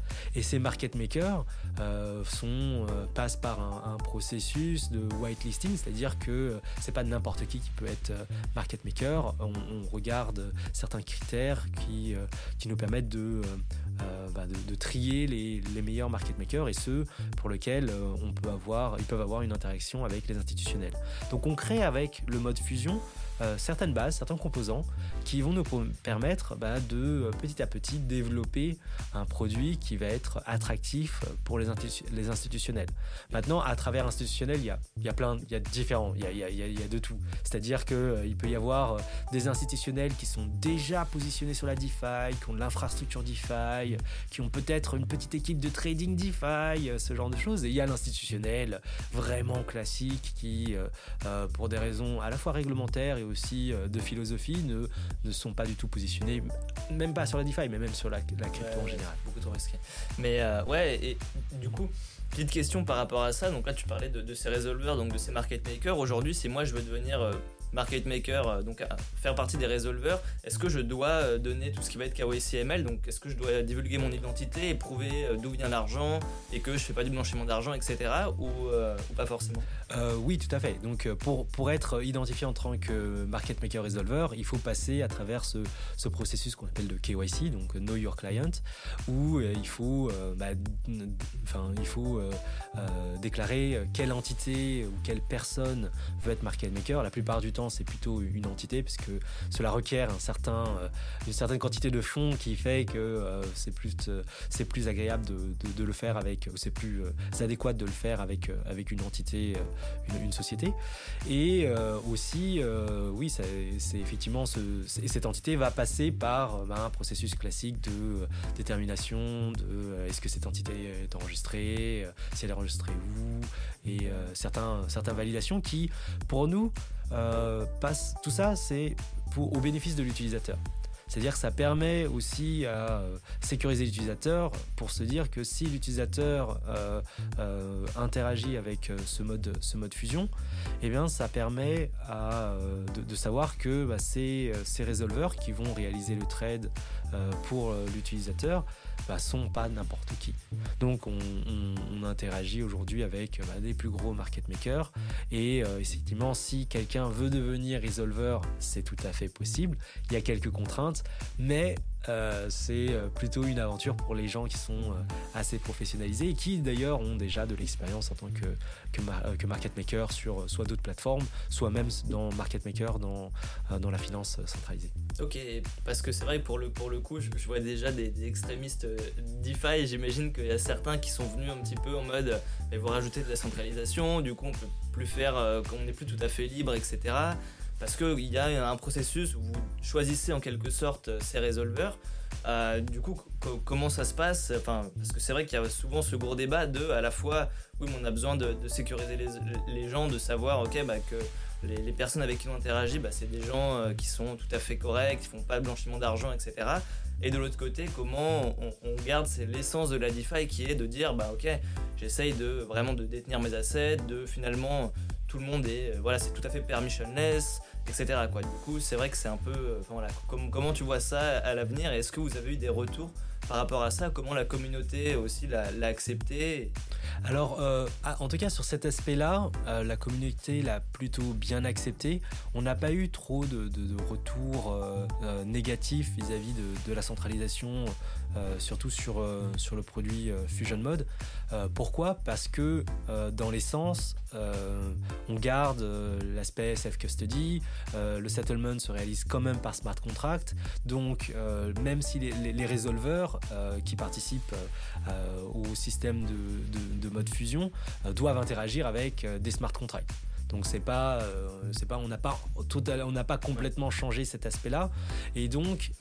B: Et ces market makers passent par un processus de whitelisting, c'est-à-dire que c'est pas n'importe qui peut être market maker. On regarde certains critères qui nous permettent de trier les meilleurs market makers et ceux pour lesquels ils peuvent avoir une interaction avec les institutionnels. Donc on crée avec le mode fusion certaines bases, certains composants qui vont nous permettre de petit à petit développer un produit qui va être attractif pour les institutionnels. Maintenant, à travers institutionnel, il y a de tout. C'est-à-dire qu'il peut y avoir des institutionnels qui sont déjà positionnés sur la DeFi, qui ont de l'infrastructure DeFi, qui ont peut-être une petite équipe de trading DeFi, ce genre de choses. Et il y a l'institutionnel vraiment classique qui, pour des raisons à la fois réglementaires et aussi de philosophie, ne sont pas du tout positionnés, même pas sur la DeFi, mais même sur la crypto en général.
A: Beaucoup trop risqué. Mais et du coup, petite question par rapport à ça. Donc là, tu parlais de ces résolveurs, donc de ces market makers. Aujourd'hui, si moi je veux devenir market maker, donc faire partie des résolveurs, est-ce que je dois donner tout ce qui va être KYC/AML? Donc est-ce que je dois divulguer mon identité et prouver d'où vient l'argent et que je fais pas du blanchiment d'argent, etc. ou pas forcément?
B: Oui, tout à fait. Donc pour être identifié en tant que market maker résolveur, il faut passer à travers ce processus qu'on appelle de KYC, donc Know Your Client, où il faut déclarer quelle entité ou quelle personne veut être market maker. La plupart du temps, c'est plutôt une entité, puisque cela requiert une certaine quantité de fonds qui fait que c'est plus agréable de le faire avec, c'est plus adéquat de le faire avec une entité, une société. Et aussi, oui, c'est effectivement cette entité va passer par un processus classique de détermination de est-ce que cette entité est enregistrée, si elle est enregistrée où, et certaines validations qui, pour nous, tout ça, c'est au bénéfice de l'utilisateur. C'est-à-dire que ça permet aussi à sécuriser l'utilisateur pour se dire que si l'utilisateur interagit avec ce mode fusion, eh bien, ça permet de savoir que ces résolveurs qui vont réaliser le trade pour l'utilisateur sont pas n'importe qui. Donc on interagit aujourd'hui avec des plus gros market makers et effectivement, si quelqu'un veut devenir résolveur, c'est tout à fait possible. Il y a quelques contraintes, mais c'est plutôt une aventure pour les gens qui sont assez professionnalisés et qui d'ailleurs ont déjà de l'expérience en tant que market maker sur soit d'autres plateformes, soit même dans market maker dans la finance centralisée.
A: Ok, parce que c'est vrai que pour le coup, je vois déjà des extrémistes DeFi. J'imagine qu'il y a certains qui sont venus un petit peu en mode vous rajoutez de la centralisation, du coup on peut plus faire, on n'est plus tout à fait libre, etc. Parce qu'il y a un processus où vous choisissez en quelque sorte ces résolveurs. Du coup, comment ça se passe? Parce que c'est vrai qu'il y a souvent ce gros débat à la fois, oui, mais on a besoin de sécuriser les gens, de savoir que les personnes avec qui on interagit, c'est des gens qui sont tout à fait corrects, qui font pas de blanchiment d'argent, etc. Et de l'autre côté, comment on garde l'essence de la DeFi qui est de dire, j'essaye vraiment de détenir mes assets, de finalement tout le monde est, c'est tout à fait permissionless, etc. Du coup, c'est vrai que c'est un peu, comment tu vois ça à l'avenir? Et est-ce que vous avez eu des retours par rapport à ça? Comment la communauté aussi l'a accepté?
B: Alors, en tout cas, sur cet aspect-là, la communauté l'a plutôt bien accepté. On n'a pas eu trop de retours négatifs vis-à-vis de la centralisation, surtout sur le produit Fusion Mode. Pourquoi? Parce que dans l'essence, on garde l'aspect self-custody, le settlement se réalise quand même par smart contract, donc même si les résolveurs qui participent au système de mode fusion doivent interagir avec des smart contracts. Donc on n'a pas complètement changé cet aspect-là, et donc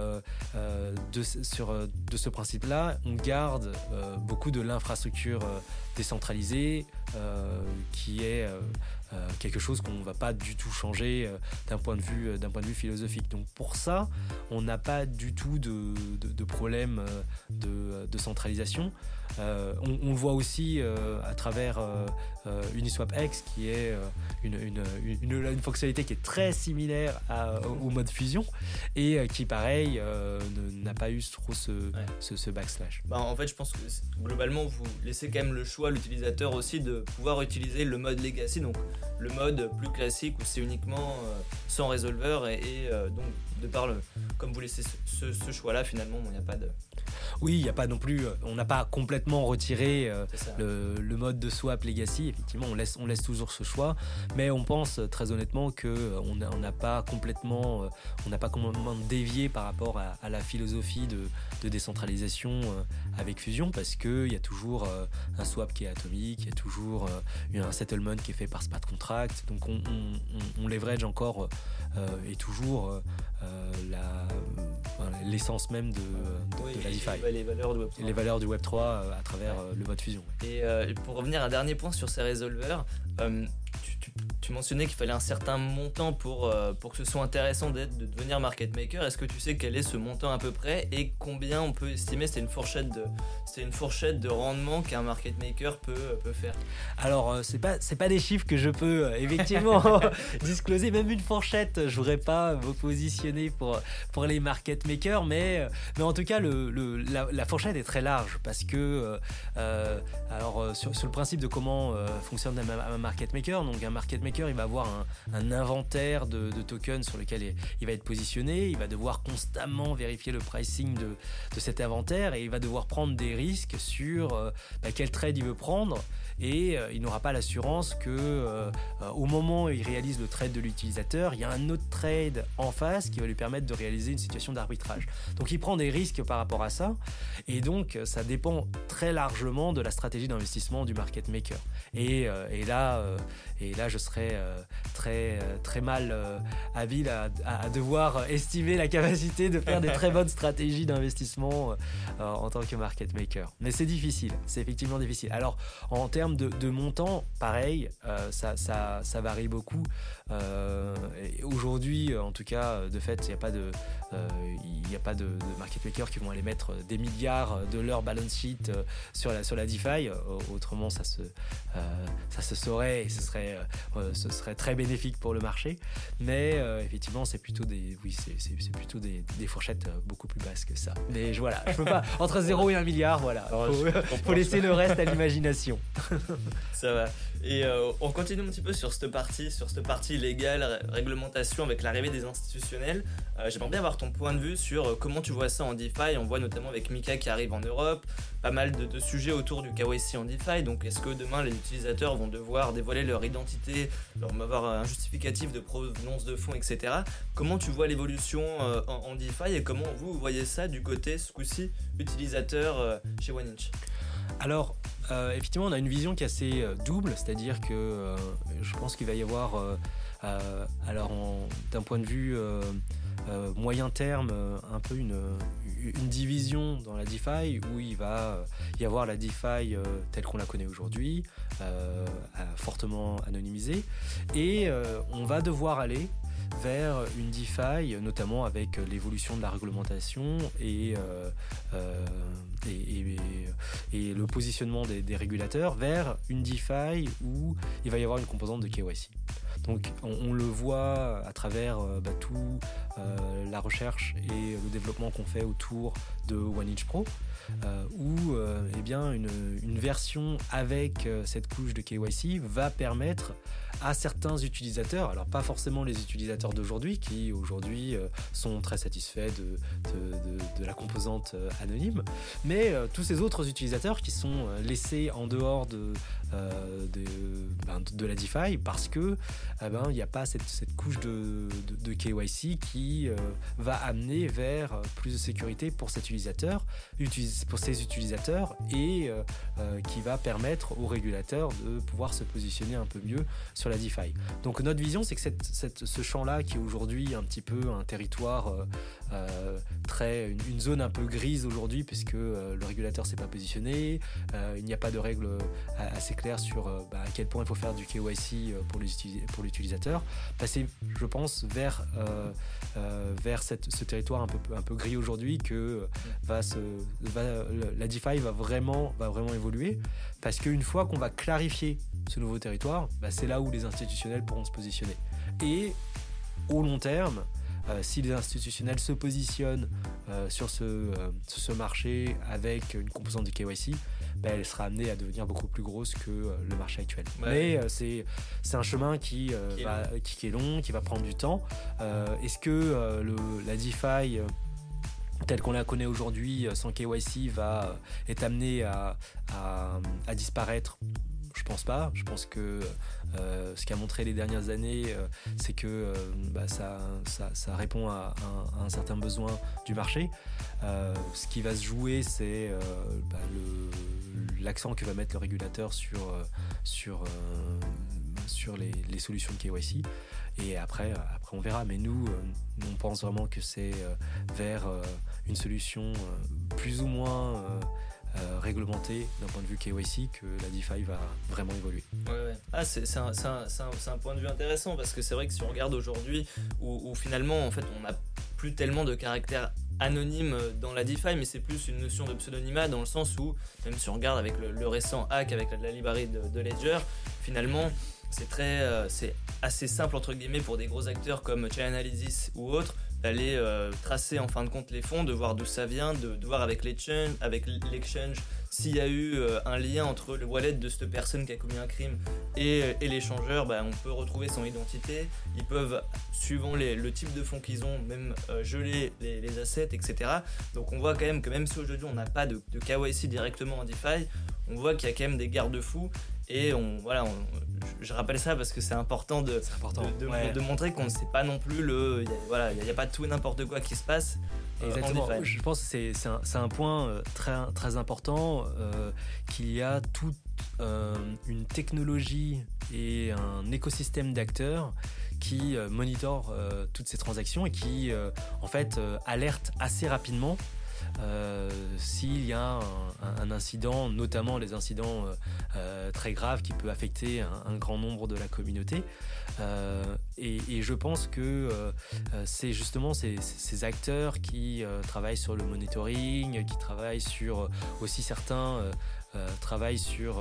B: de ce principe-là, on garde beaucoup de l'infrastructure décentralisée qui est quelque chose qu'on ne va pas du tout changer d'un point de vue philosophique. Donc pour ça, on n'a pas du tout de problème de centralisation. On le voit aussi à travers Uniswap X, qui est une fonctionnalité qui est très similaire au mode fusion et qui, pareil, n'a pas eu trop ce backslash.
A: En fait, je pense que globalement, vous laissez quand même le choix à l'utilisateur aussi de pouvoir utiliser le mode legacy, donc le mode plus classique où c'est uniquement sans résolveur et donc de par comme vous laissez ce choix-là, finalement, il n'y a pas de...
B: Oui, il n'y a pas non plus, on n'a pas complètement retiré le mode de swap legacy. Effectivement, on laisse toujours ce choix, mais on pense très honnêtement qu'on n'a pas complètement dévié par rapport à la philosophie de décentralisation avec Fusion, parce qu'il y a toujours un swap qui est atomique, il y a toujours un settlement qui est fait par smart contract, donc on leverage encore et toujours l'essence même de la DeFi. Les valeurs du Web3 à travers le mode Fusion.
A: Et pour revenir à un dernier point sur ces résolveurs, tu mentionnais qu'il fallait un certain montant pour que ce soit intéressant de devenir market maker. Est-ce que tu sais quel est ce montant à peu près et combien on peut estimer c'est une fourchette de rendement qu'un market maker peut faire?
B: Alors c'est pas des chiffres que je peux effectivement discloser, même une fourchette je voudrais pas me positionner pour les market makers, mais en tout cas la fourchette est très large parce que sur le principe de comment fonctionne un market maker, donc un market maker il va avoir un inventaire de tokens sur lequel il va être positionné, il va devoir constamment vérifier le pricing de cet inventaire et il va devoir prendre des risques sur quel trade il veut prendre, et il n'aura pas l'assurance que au moment où il réalise le trade de l'utilisateur, il y a un autre trade en face qui va lui permettre de réaliser une situation d'arbitrage. Donc il prend des risques par rapport à ça, et donc ça dépend très largement de la stratégie d'investissement du market maker. Et là je serais très mal habile à devoir estimer la capacité de faire des très bonnes stratégies d'investissement en tant que market maker. Mais c'est difficile, c'est effectivement difficile. Alors en termes de montant, pareil, ça varie beaucoup. Aujourd'hui, en tout cas, de fait, il n'y a pas de market makers qui vont aller mettre des milliards de leur balance sheet sur la DeFi. Autrement, ça se saurait et ce serait très bénéfique pour le marché. Mais effectivement, c'est plutôt des fourchettes beaucoup plus basses que ça. Mais voilà, je peux pas entre 0 et 1 milliard, voilà. Faut laisser le reste à l'imagination.
A: Ça va. Et on continue un petit peu sur cette partie légale, réglementation avec l'arrivée des institutionnels. J'aimerais bien avoir ton point de vue sur comment tu vois ça en DeFi. On voit notamment avec Mika qui arrive en Europe, pas mal de sujets autour du KYC en DeFi. Donc est-ce que demain les utilisateurs vont devoir dévoiler leur identité, avoir un justificatif de provenance de fonds, etc. Comment tu vois l'évolution en DeFi et comment vous voyez ça du côté, ce coup-ci, utilisateur chez 1inch?
B: Alors, effectivement, on a une vision qui est assez double, c'est-à-dire que je pense qu'il va y avoir, d'un point de vue moyen terme, un peu une division dans la DeFi où il va y avoir la DeFi telle qu'on la connaît aujourd'hui, fortement anonymisée, et on va devoir aller vers une DeFi, notamment avec l'évolution de la réglementation et le positionnement des régulateurs, vers une DeFi où il va y avoir une composante de KYC. Donc on le voit à travers tout la recherche et le développement qu'on fait autour de 1inch Pro, où une version avec cette couche de KYC va permettre à certains utilisateurs, alors pas forcément les utilisateurs d'aujourd'hui qui aujourd'hui sont très satisfaits de la composante anonyme, mais tous ces autres utilisateurs qui sont laissés en dehors de la DeFi parce que il n'y a pas cette couche de KYC qui va amener vers plus de sécurité pour ces utilisateurs et qui va permettre aux régulateurs de pouvoir se positionner un peu mieux sur la DeFi. Donc notre vision, c'est que ce champ-là, qui est aujourd'hui un petit peu un territoire une zone un peu grise aujourd'hui, puisque le régulateur s'est pas positionné, il n'y a pas de règles assez claires sur à quel point il faut faire du KYC pour l'utilisateur. Passer, je pense, vers ce territoire un peu gris aujourd'hui que la DeFi va vraiment évoluer, parce qu'une fois qu'on va clarifier ce nouveau territoire, c'est là où les institutionnels pourront se positionner. Et au long terme, si les institutionnels se positionnent sur ce marché avec une composante de KYC, elle sera amenée à devenir beaucoup plus grosse que le marché actuel. Ouais. Mais c'est un chemin qui est long, qui va prendre du temps. Est-ce que la DeFi telle qu'on la connaît aujourd'hui, sans KYC, est amenée à disparaître? Je pense pas. Je pense que ce qu'a montré les dernières années, c'est que ça répond à un certain besoin du marché. Ce qui va se jouer, c'est l'accent que va mettre le régulateur sur les solutions de KYC. Et après on verra. Mais nous, on pense vraiment que c'est vers une solution plus ou moins réglementée d'un point de vue KYC que la DeFi va vraiment évoluer.
A: Ouais. Ah, c'est un point de vue intéressant, parce que c'est vrai que si on regarde aujourd'hui où finalement en fait on n'a plus tellement de caractère anonyme dans la DeFi, mais c'est plus une notion de pseudonymat, dans le sens où, même si on regarde avec le récent hack avec la librairie de Ledger, finalement c'est assez simple entre guillemets pour des gros acteurs comme Chainalysis ou autres d'aller tracer en fin de compte les fonds, de voir d'où ça vient, de voir avec l'exchange s'il y a eu un lien entre le wallet de cette personne qui a commis un crime et l'échangeur. On peut retrouver son identité. Ils peuvent, suivant le type de fonds qu'ils ont, même geler les assets, etc. Donc on voit quand même que même si aujourd'hui on n'a pas de KYC directement en DeFi, on voit qu'il y a quand même des garde-fous. Et je rappelle ça parce que c'est important de montrer qu'on ne sait pas non plus il n'y a pas tout et n'importe quoi qui se passe.
B: Exactement. Je pense que c'est un point très, très important, qu'il y a toute une technologie et un écosystème d'acteurs qui monitorent toutes ces transactions et qui en fait alertent assez rapidement s'il y a un incident, notamment les incidents très graves qui peuvent affecter un grand nombre de la communauté. Et je pense que c'est justement ces acteurs qui travaillent sur le monitoring, qui travaillent sur aussi certains travaillent sur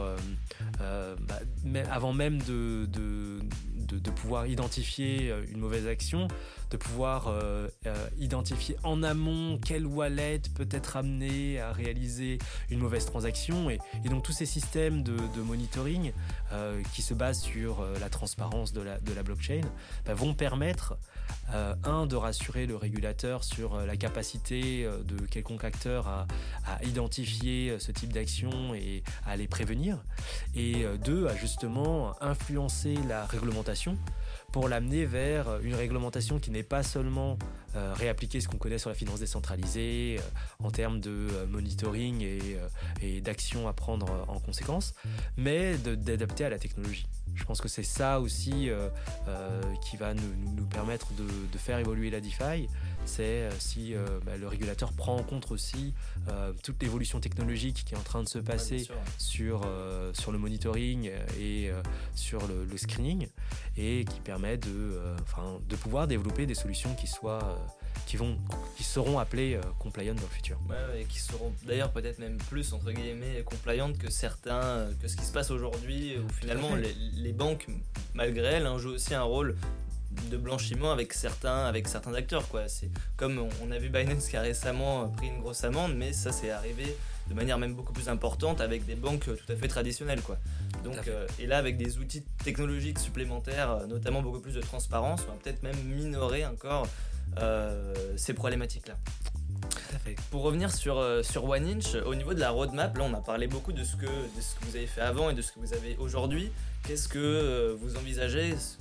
B: avant même de pouvoir identifier une mauvaise action, de pouvoir identifier en amont quel wallet peut être amené à réaliser une mauvaise transaction, et donc tous ces systèmes de monitoring qui se basent sur la transparence de la blockchain vont permettre de rassurer le régulateur sur la capacité de quelconque acteur à identifier ce type d'action et à les prévenir, et à justement influencer la réglementation pour l'amener vers une réglementation qui n'est pas seulement réappliquer ce qu'on connaît sur la finance décentralisée en termes de monitoring et d'actions à prendre en conséquence, mais d'adapter à la technologie. Je pense que c'est ça aussi qui va nous permettre de faire évoluer la DeFi. C'est si le régulateur prend en compte aussi toute l'évolution technologique qui est en train de se passer sur le monitoring et sur le screening, et qui permet de pouvoir développer des solutions qui seront appelées compliant dans le futur.
A: Et qui seront d'ailleurs peut-être même plus entre guillemets compliant que ce qui se passe aujourd'hui, où finalement les banques, malgré elles, jouent aussi un rôle de blanchiment avec certains acteurs, quoi. C'est comme on a vu Binance qui a récemment pris une grosse amende, mais ça c'est arrivé de manière même beaucoup plus importante avec des banques tout à fait traditionnelles, quoi. Donc, et là avec des outils technologiques supplémentaires, notamment beaucoup plus de transparence, on va peut-être même minorer encore ces problématiques-là.
B: Tout à fait.
A: Pour revenir sur OneInch, au niveau de la roadmap, là on a parlé beaucoup de ce que vous avez fait avant et de ce que vous avez aujourd'hui. Qu'est-ce que vous envisagez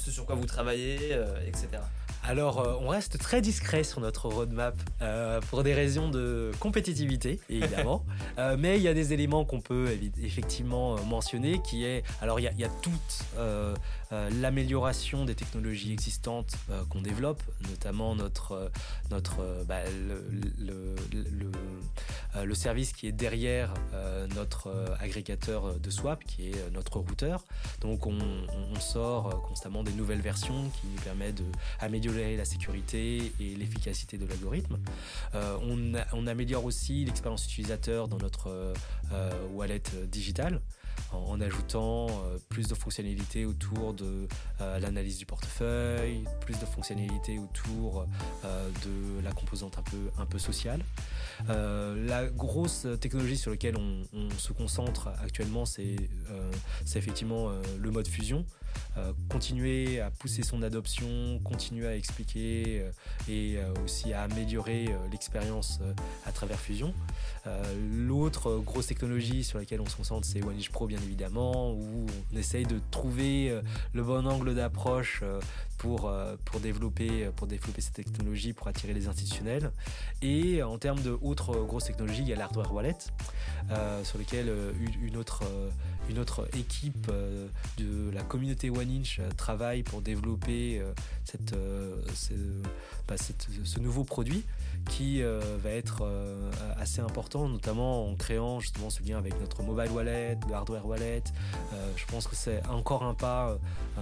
A: ce sur quoi vous travaillez, etc.
B: Alors, on reste très discret sur notre roadmap pour des raisons de compétitivité, évidemment. Mais il y a des éléments qu'on peut effectivement mentionner, qui est... Alors, il y a toute l'amélioration des technologies existantes qu'on développe, notamment le service qui est derrière notre agrégateur de swap, qui est notre routeur. Donc, on sort constamment des nouvelles versions qui nous permettent d'améliorer la sécurité et l'efficacité de l'algorithme. On améliore aussi l'expérience utilisateur dans notre wallet digital en ajoutant plus de fonctionnalités autour de l'analyse du portefeuille, plus de fonctionnalités autour de la composante un peu sociale. La grosse technologie sur laquelle on se concentre actuellement, c'est effectivement le mode fusion. Continuer à pousser son adoption, continuer à expliquer et aussi à améliorer l'expérience à travers Fusion. L'autre grosse technologie sur laquelle on se concentre, c'est OneInch Pro, bien évidemment, où on essaye de trouver le bon angle d'approche pour développer cette technologie, pour attirer les institutionnels. Et en termes d'autres grosses technologies, il y a l'hardware wallet, sur lequel une autre équipe de la communauté OneInch travaille pour développer ce nouveau produit qui va être assez important, notamment en créant justement ce lien avec notre mobile wallet, le hardware wallet. Je pense que c'est encore un pas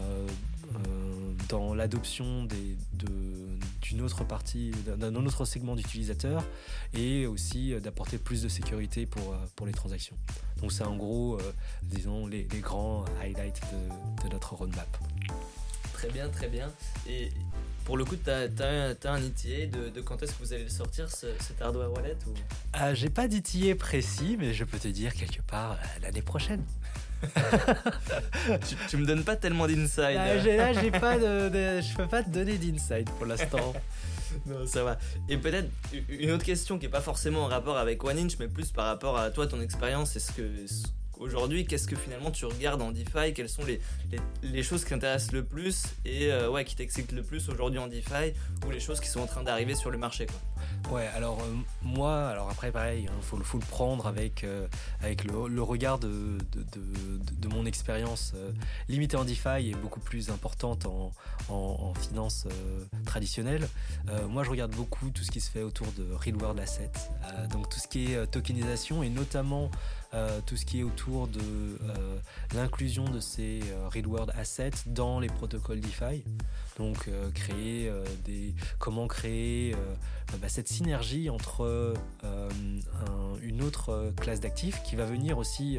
B: dans l'adoption d'une autre partie, d'un autre segment d'utilisateurs, et aussi d'apporter plus de sécurité pour les transactions. Donc c'est en gros, disons, les grands highlights de notre roadmap.
A: Très bien, très bien. Et pour le coup, t'as un ETA de quand est-ce que vous allez le sortir, cet hardware wallet ou...
B: J'ai pas d'ETA précis, mais je peux te dire quelque part l'année prochaine.
A: tu me donnes pas tellement d'insight.
B: Là, j'ai pas je peux pas te donner d'insight pour l'instant.
A: Non, ça va. Et peut-être une autre question qui est pas forcément en rapport avec OneInch, mais plus par rapport à toi, ton expérience. Aujourd'hui, qu'est-ce que finalement tu regardes en DeFi? Quelles sont les choses qui t'intéressent le plus et qui t'excitent le plus aujourd'hui en DeFi, ou les choses qui sont en train d'arriver sur le marché, quoi?
B: Ouais, alors après pareil, faut le prendre avec le regard de mon expérience limitée en DeFi et beaucoup plus importante en finance traditionnelle. Moi, je regarde beaucoup tout ce qui se fait autour de real world assets, donc tout ce qui est tokenisation et notamment tout ce qui est autour de l'inclusion de ces real world assets dans les protocoles DeFi. Donc comment créer cette synergie entre une autre classe d'actifs qui va venir aussi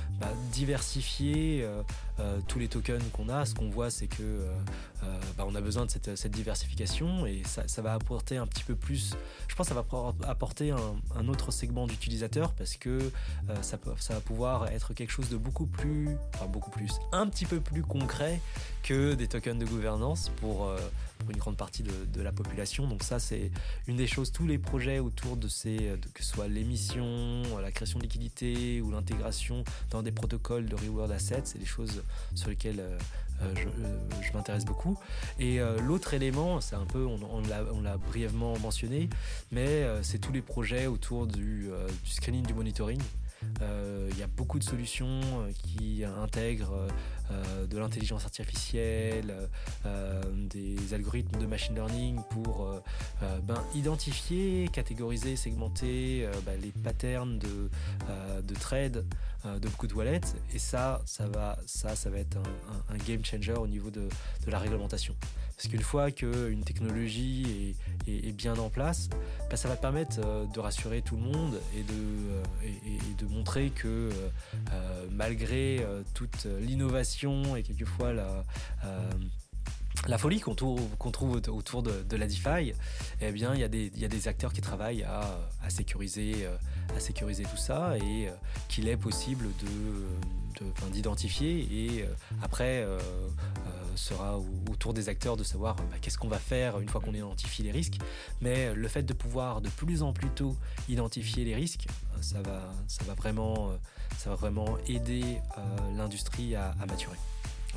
B: diversifier tous les tokens qu'on a. Ce qu'on voit, c'est que on a besoin de cette diversification, et ça va apporter un petit peu plus, je pense que ça va apporter un autre segment d'utilisateurs, parce que ça va pouvoir être quelque chose de un petit peu plus concret que des tokens de gouvernance pour une grande partie de la population. Donc ça, c'est une des choses, tous les projets autour de que ce soit l'émission, la création de liquidité ou l'intégration dans des protocoles de reward assets, c'est des choses sur lesquelles je m'intéresse beaucoup. Et l'autre élément, c'est un peu, on l'a brièvement mentionné, mais c'est tous les projets autour du screening, du monitoring. Il y a beaucoup de solutions qui intègrent de l'intelligence artificielle, des algorithmes de machine learning pour identifier, catégoriser, segmenter les patterns de trade de beaucoup de wallets, et ça va être un game changer au niveau de la réglementation. Parce qu'une fois qu'une technologie est bien en place, ça va permettre de rassurer tout le monde et de montrer que malgré toute l'innovation et quelquefois la folie qu'on trouve autour de la DeFi, eh bien il y a des acteurs qui travaillent à sécuriser tout ça, et qu'il est possible d'identifier, et après sera autour des acteurs de savoir qu'est-ce qu'on va faire une fois qu'on identifie les risques. Mais le fait de pouvoir de plus en plus tôt identifier les risques, ça va vraiment aider l'industrie à maturer.
A: Ouais,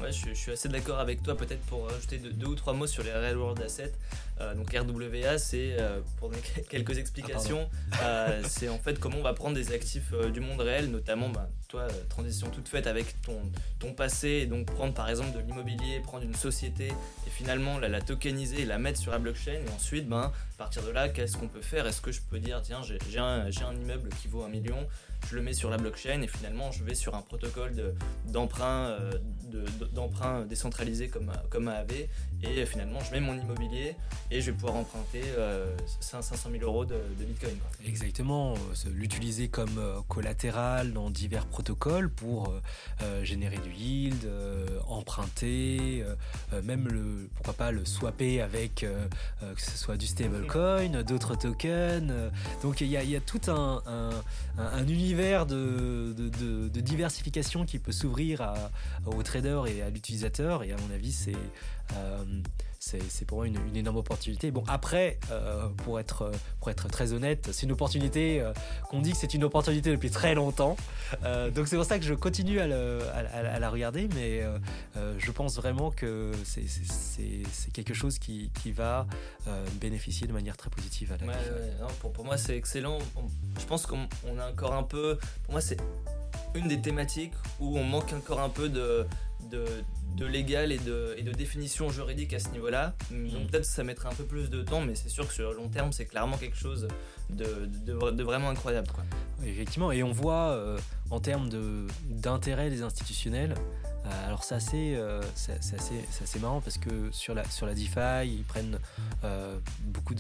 A: Ouais, je suis assez d'accord avec toi. Peut-être pour rajouter deux ou trois mots sur les Real World Assets. Donc RWA, c'est pour donner quelques explications. C'est en fait comment on va prendre des actifs du monde réel, notamment toi, transition toute faite avec ton passé, et donc prendre par exemple de l'immobilier, prendre une société et finalement la tokeniser et la mettre sur la blockchain. Et ensuite, à partir de là, qu'est-ce qu'on peut faire? Est-ce que je peux dire, tiens, j'ai un immeuble qui vaut 1 million, je le mets sur la blockchain et finalement je vais sur un protocole d'emprunt décentralisé comme AAV, et finalement je mets mon immobilier et je vais pouvoir emprunter 500 000 euros de Bitcoin, quoi.
B: Exactement, l'utiliser comme collatéral dans divers protocoles pour générer du yield, emprunter, même pourquoi pas le swapper avec que ce soit du stablecoin, d'autres tokens. Donc il y a tout un univers de diversification qui peut s'ouvrir aux traders et à l'utilisateur, et à mon avis c'est pour moi une énorme opportunité. Bon, après, pour être très honnête, c'est une opportunité qu'on dit que c'est une opportunité depuis très longtemps. Donc c'est pour ça que je continue à la regarder, mais je pense vraiment que c'est quelque chose qui va bénéficier de manière très positive à la DeFi.
A: Non, pour moi, c'est excellent. Je pense qu'on a encore un peu... Pour moi, c'est une des thématiques où on manque encore un peu de légal et de définition juridique à ce niveau-là. Donc peut-être que ça mettrait un peu plus de temps, mais c'est sûr que sur le long terme, c'est clairement quelque chose de vraiment incroyable, quoi.
B: Oui, effectivement, et on voit en termes d'intérêt des institutionnels, alors c'est assez marrant parce que sur la DeFi, ils prennent beaucoup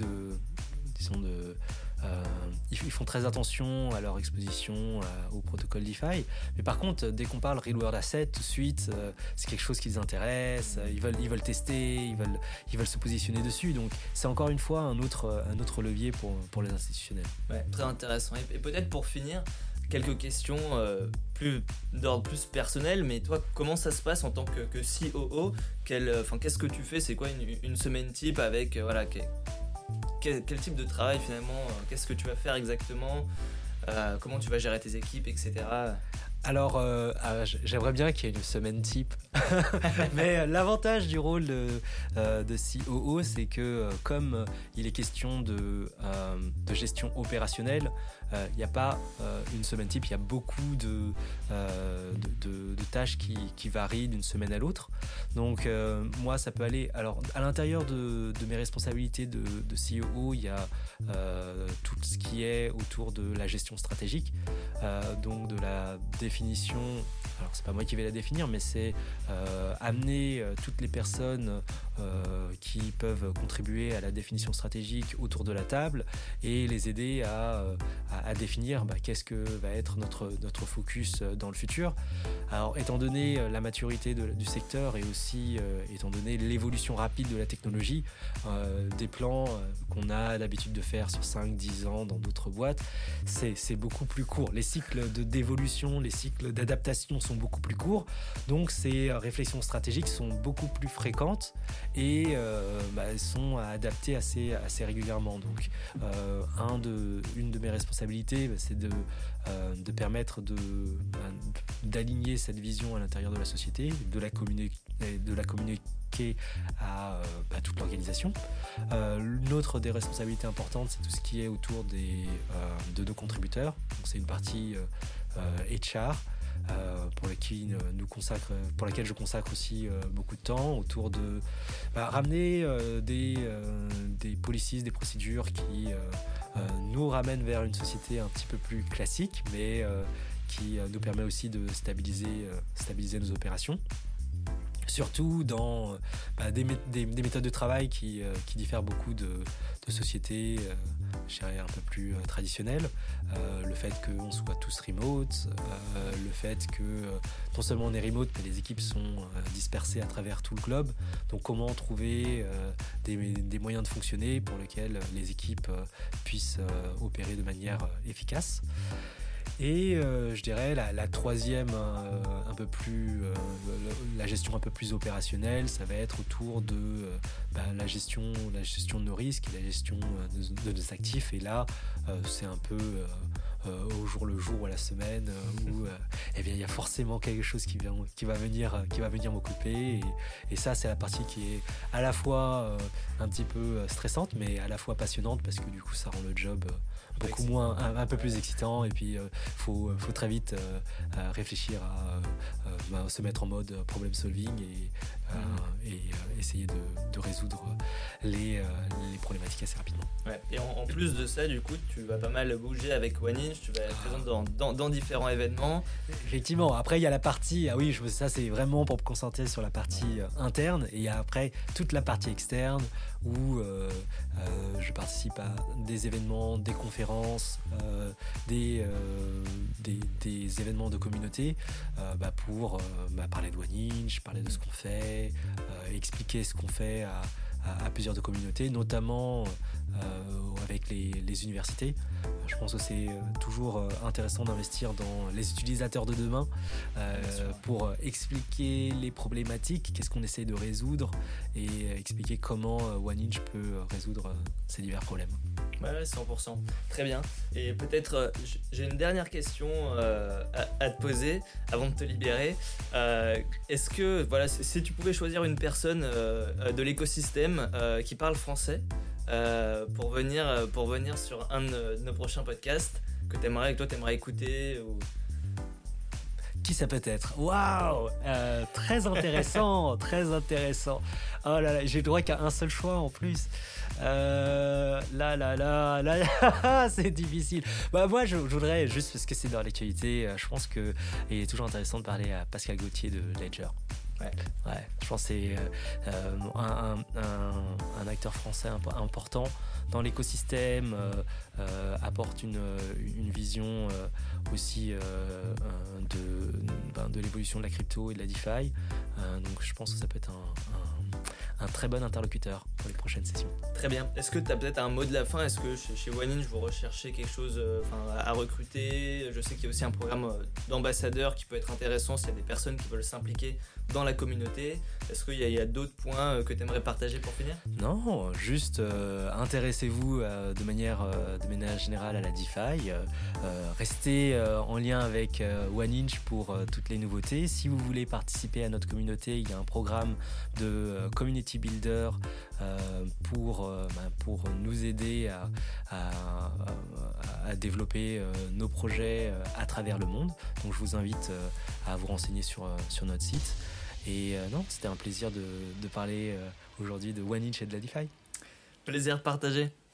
B: ils font très attention à leur exposition au protocole DeFi, mais par contre dès qu'on parle Real World Asset, tout de suite c'est quelque chose qui les intéresse, ils veulent tester, ils veulent se positionner dessus, donc c'est encore une fois un autre levier pour les institutionnels.
A: Ouais, très intéressant. Et peut-être pour finir, quelques questions d'ordre plus personnel, mais toi, comment ça se passe en tant que COO? Qu'est-ce que tu fais? C'est quoi une semaine type avec quel type de travail finalement? Qu'est-ce que tu vas faire exactement? Comment tu vas gérer tes équipes, etc.
B: Alors, j'aimerais bien qu'il y ait une semaine type, mais l'avantage du rôle de COO, c'est que comme il est question de gestion opérationnelle, il n'y a pas une semaine type, il y a beaucoup de tâches qui varient d'une semaine à l'autre. Donc moi, ça peut aller... Alors, à l'intérieur de mes responsabilités de COO, il y a tout ce qui est autour de la gestion stratégique, donc de la définition... Alors, c'est pas moi qui vais la définir, mais c'est amener toutes les personnes qui peuvent contribuer à la définition stratégique autour de la table et les aider à définir qu'est-ce que va être notre focus dans le futur. Alors, étant donné la maturité du secteur et aussi étant donné l'évolution rapide de la technologie, des plans qu'on a l'habitude de faire sur 5-10 ans dans d'autres boîtes, c'est beaucoup plus court. Les cycles d'évolution, les cycles d'adaptation sont beaucoup plus courts, donc ces réflexions stratégiques sont beaucoup plus fréquentes et elles sont adaptées assez régulièrement. Donc une de mes responsabilités, c'est de permettre d'aligner cette vision à l'intérieur de la société, de la communiquer à toute l'organisation. Une autre des responsabilités importantes, c'est tout ce qui est autour de nos contributeurs. Donc c'est une partie HR pour laquelle je consacre aussi beaucoup de temps, autour de ramener des policies, des procédures qui nous ramènent vers une société un petit peu plus classique, mais qui nous permet aussi de stabiliser nos opérations. Surtout dans des méthodes de travail qui diffèrent beaucoup de sociétés je dirais un peu plus traditionnelles. Le fait qu'on soit tous remote, le fait que non seulement on est remote, mais les équipes sont dispersées à travers tout le globe. Donc comment trouver des moyens de fonctionner pour lesquels les équipes puissent opérer de manière efficace. Et je dirais la troisième, un peu plus, la gestion un peu plus opérationnelle, ça va être autour de la gestion de nos risques, la gestion de nos actifs. Et là, c'est un peu au jour le jour ou à la semaine, où eh bien il y a forcément quelque chose qui va venir m'occuper, et ça c'est la partie qui est à la fois un petit peu stressante, mais à la fois passionnante, parce que du coup ça rend le job beaucoup moins, un peu plus excitant, et puis faut très vite réfléchir à se mettre en mode problem solving et essayer de résoudre les problématiques assez rapidement.
A: Ouais. Et en plus de ça, du coup, tu vas pas mal bouger avec OneInch, tu vas être présent dans différents événements.
B: Effectivement, après il y a la partie, ça c'est vraiment pour me concentrer sur la partie interne, et il y a après toute la partie externe où je participe à des événements, des conférences, des événements de communauté pour parler de OneInch, parler de ce qu'on fait, expliquer ce qu'on fait à plusieurs de communautés, notamment avec les universités. Je pense que c'est toujours intéressant d'investir dans les utilisateurs de demain pour expliquer les problématiques, qu'est-ce qu'on essaie de résoudre, et expliquer comment OneInch peut résoudre ces divers problèmes.
A: Ouais, 100%. Très bien. Et peut-être, j'ai une dernière question à te poser avant de te libérer. Est-ce que, voilà, si tu pouvais choisir une personne de l'écosystème qui parle français pour venir sur un de nos prochains podcasts que toi t'aimerais écouter ou...
B: Qui ça peut être? Waouh, très intéressant, très intéressant. Oh là là, j'ai le droit qu'à un seul choix en plus. C'est difficile. Moi, je voudrais, juste parce que c'est dans l'actualité, je pense qu'il est toujours intéressant de parler à Pascal Gauthier de Ledger. Ouais, je pense que c'est un acteur français important dans l'écosystème, apporte une vision aussi de l'évolution de la crypto et de la DeFi. Donc je pense que ça peut être un très bon interlocuteur pour les prochaines sessions.
A: Très bien. Est-ce que tu as peut-être un mot de la fin? Est-ce que chez OneInch vous recherchez quelque chose à recruter? Je sais qu'il y a aussi un programme d'ambassadeurs qui peut être intéressant s'il y a des personnes qui veulent s'impliquer dans la communauté. Est-ce qu'il y a d'autres points que tu aimerais partager pour finir?
B: Non, juste intéressez-vous de manière générale à la DeFi. Restez en lien avec OneInch pour toutes les nouveautés. Si vous voulez participer à notre communauté, il y a un programme de Community Builder pour nous aider à développer nos projets à travers le monde. Donc je vous invite à vous renseigner sur notre site. Et c'était un plaisir de parler aujourd'hui de OneInch et de la DeFi.
A: Plaisir partagé.